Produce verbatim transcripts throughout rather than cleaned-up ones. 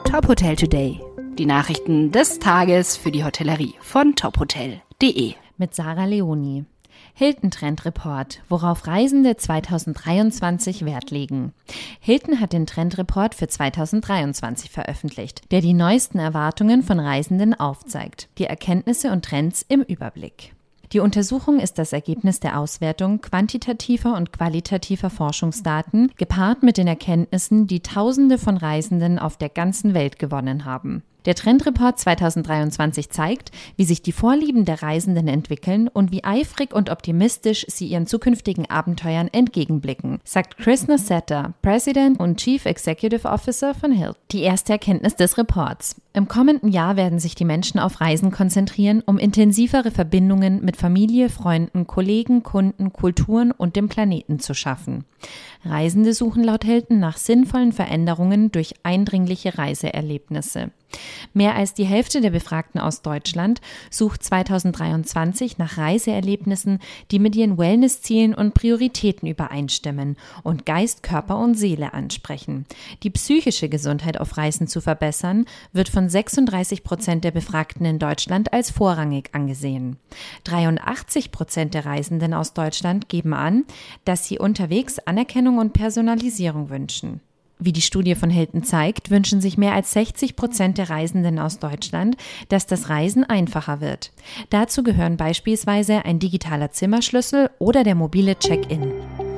Top Hotel Today. Die Nachrichten des Tages für die Hotellerie von top hotel punkt de. Mit Sarah Leoni. Hilton Trend Report, worauf Reisende zweitausenddreiundzwanzig Wert legen. Hilton hat den Trend Report für zweitausenddreiundzwanzig veröffentlicht, der die neuesten Erwartungen von Reisenden aufzeigt. Die Erkenntnisse und Trends im Überblick. Die Untersuchung ist das Ergebnis der Auswertung quantitativer und qualitativer Forschungsdaten, gepaart mit den Erkenntnissen, die Tausende von Reisenden auf der ganzen Welt gewonnen haben. Der Trendreport zweitausenddreiundzwanzig zeigt, wie sich die Vorlieben der Reisenden entwickeln und wie eifrig und optimistisch sie ihren zukünftigen Abenteuern entgegenblicken, sagt Chris Nassetta, President und Chief Executive Officer von Hilton. Die erste Erkenntnis des Reports. Im kommenden Jahr werden sich die Menschen auf Reisen konzentrieren, um intensivere Verbindungen mit Familie, Freunden, Kollegen, Kunden, Kulturen und dem Planeten zu schaffen. Reisende suchen laut Hilton nach sinnvollen Veränderungen durch eindringliche Reiseerlebnisse. Mehr als die Hälfte der Befragten aus Deutschland sucht zweitausenddreiundzwanzig nach Reiseerlebnissen, die mit ihren Wellnesszielen und Prioritäten übereinstimmen und Geist, Körper und Seele ansprechen. Die psychische Gesundheit auf Reisen zu verbessern, wird von sechsunddreißig Prozent der Befragten in Deutschland als vorrangig angesehen. dreiundachtzig Prozent der Reisenden aus Deutschland geben an, dass sie unterwegs Anerkennung und Personalisierung wünschen. Wie die Studie von Hilton zeigt, wünschen sich mehr als sechzig Prozent der Reisenden aus Deutschland, dass das Reisen einfacher wird. Dazu gehören beispielsweise ein digitaler Zimmerschlüssel oder der mobile Check-in.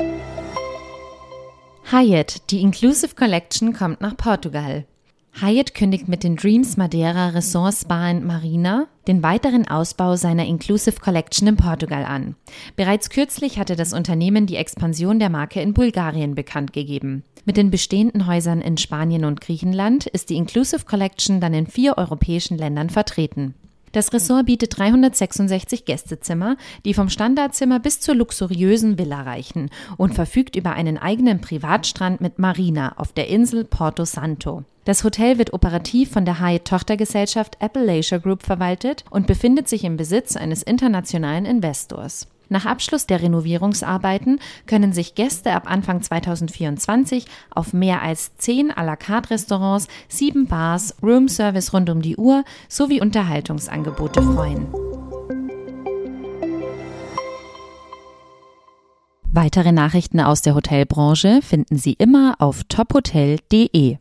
Hyatt, die Inclusive Collection kommt nach Portugal. Hyatt kündigt mit den Dreams Madeira Resort Spa and Marina den weiteren Ausbau seiner Inclusive Collection in Portugal an. Bereits kürzlich hatte das Unternehmen die Expansion der Marke in Bulgarien bekannt gegeben. Mit den bestehenden Häusern in Spanien und Griechenland ist die Inclusive Collection dann in vier europäischen Ländern vertreten. Das Resort bietet dreihundertsechsundsechzig Gästezimmer, die vom Standardzimmer bis zur luxuriösen Villa reichen und verfügt über einen eigenen Privatstrand mit Marina auf der Insel Porto Santo. Das Hotel wird operativ von der Hyatt-Tochtergesellschaft Apple Leisure Group verwaltet und befindet sich im Besitz eines internationalen Investors. Nach Abschluss der Renovierungsarbeiten können sich Gäste ab Anfang zweitausendvierundzwanzig auf mehr als zehn à la carte Restaurants, sieben Bars, Roomservice rund um die Uhr sowie Unterhaltungsangebote freuen. Weitere Nachrichten aus der Hotelbranche finden Sie immer auf top hotel punkt de.